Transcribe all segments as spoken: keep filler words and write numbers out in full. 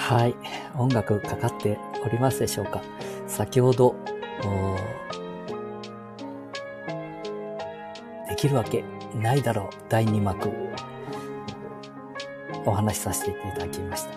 はい。音楽かかっておりますでしょうか。先ほど、できるわけないだろう。だいに幕。お話しさせていただきました。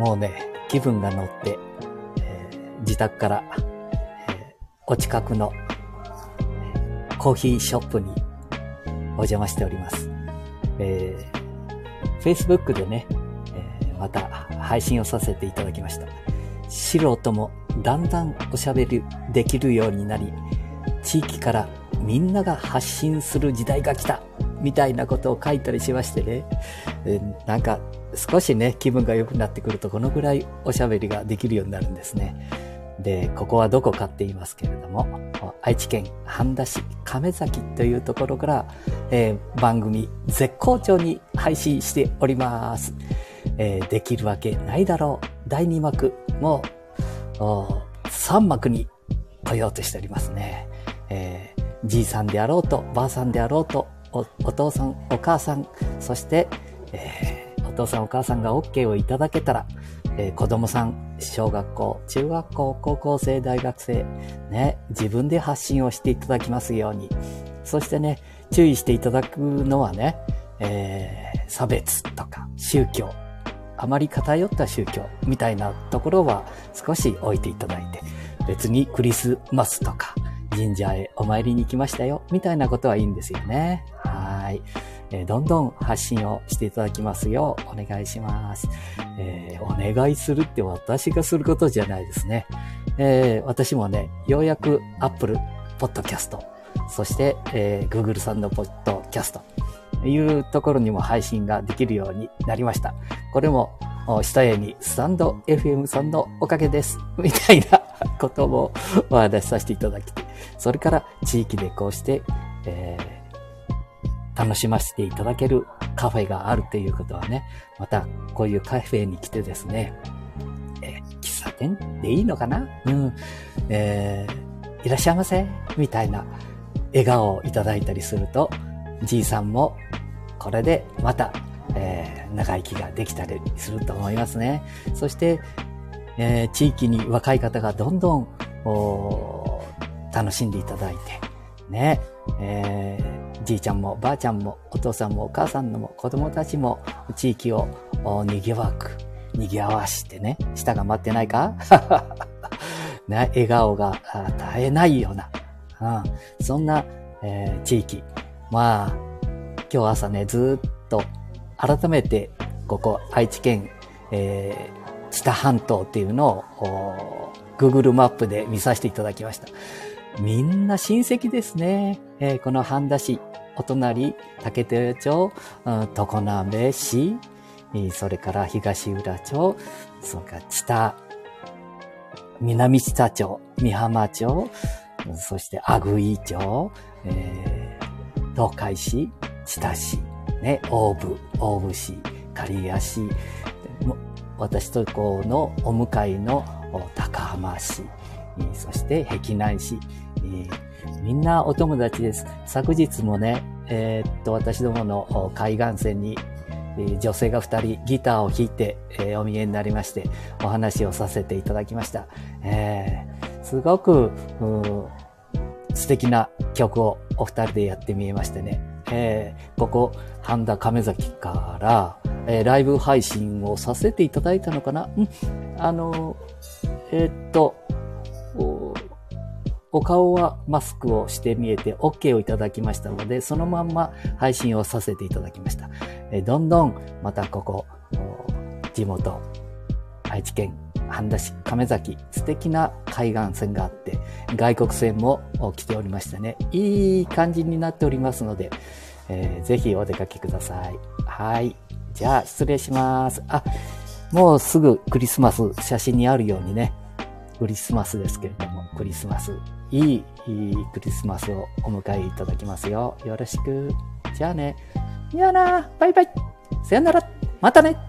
もうね、気分が乗って、えー、自宅から、えー、お近くの、えー、コーヒーショップにお邪魔しております。えー、Facebook でね、えー、また配信をさせていただきました。素人もだんだんおしゃべりできるようになり、地域からみんなが発信する時代が来たみたいなことを書いたりしましてね、えー、なんか少しね気分が良くなってくるとこのぐらいおしゃべりができるようになるんですね。で、ここはどこかって言いますけれども、愛知県半田市亀崎というところから、えー、番組絶好調に配信しております。えー、できるわけないだろうだいに幕もさん幕に来ようとしておりますね。えー、じいさんであろうとばあさんであろうと お, お父さんお母さん、そして、えー、お父さんお母さんが OK をいただけたら、えー、子供さん、小学校、中学校、高校生、大学生ね、自分で発信をしていただきますように。そしてね、注意していただくのはね、えー、差別とか宗教、あまり偏った宗教みたいなところは少し置いていただいて、別にクリスマスとか神社へお参りに来ましたよみたいなことはいいんですよね。はい、えー、どんどん発信をしていただきますようお願いします。えー、お願いするって私がすることじゃないですね。えー、私もね、ようやく Apple Podcast、そして、えー、Google さんの Podcastいうところにも配信ができるようになりました。これも下絵にスタンド エフエム さんのおかげですみたいなこともお話しさせていただき、それから地域でこうして、えー、楽しませていただけるカフェがあるということはね、またこういうカフェに来てですね、えー、喫茶店でいいのかな、うん、えー、いらっしゃいませみたいな笑顔をいただいたりすると、じいさんもこれでまた、えー、長生きができたりすると思いますね。そして、えー、地域に若い方がどんどん楽しんでいただいてね、えー、じいちゃんもばあちゃんもお父さんもお母さんも子供たちも地域をにぎわくにぎわしてね、舌が待ってないかね、笑顔が絶えないような、うん、そんな、えー、地域、まあ今日朝ねずっと改めてここ愛知県、えー、知多半島っていうのを Google マップで見させていただきました。みんな親戚ですね。えー、この半田市、お隣竹豊町、うん、常滑市、それから東浦町、それから知多南知多町、美浜町、そして阿久井町、えー、東海市、知多市、ね、大府、大府市、刈谷市、私とこのお向かいの高浜市、そして碧南市、みんなお友達です。昨日もね、えー、っと私どもの海岸線に女性が二人ギターを弾いて、えー、お見えになりましてお話をさせていただきました。えー、すごく素敵な曲をお二人でやってみえましてね。えー、ここ半田亀崎から、えー、ライブ配信をさせていただいたのかな、うん、あのえー、っとお, お顔はマスクをして見えて OK をいただきましたので、そのまんま配信をさせていただきました。えー、どんどんまたここ地元愛知県半田市亀崎、素敵な海岸線があって外国船も来ておりましてね、いい感じになっておりますので、えー、ぜひお出かけください。はい、じゃあ失礼します。あ、もうすぐクリスマス、写真にあるようにね、クリスマスですけれども、クリスマス、いい、いいクリスマスをお迎えいただきますよ。よろしく。じゃあね。いやな、バイバイ。さよなら。またね。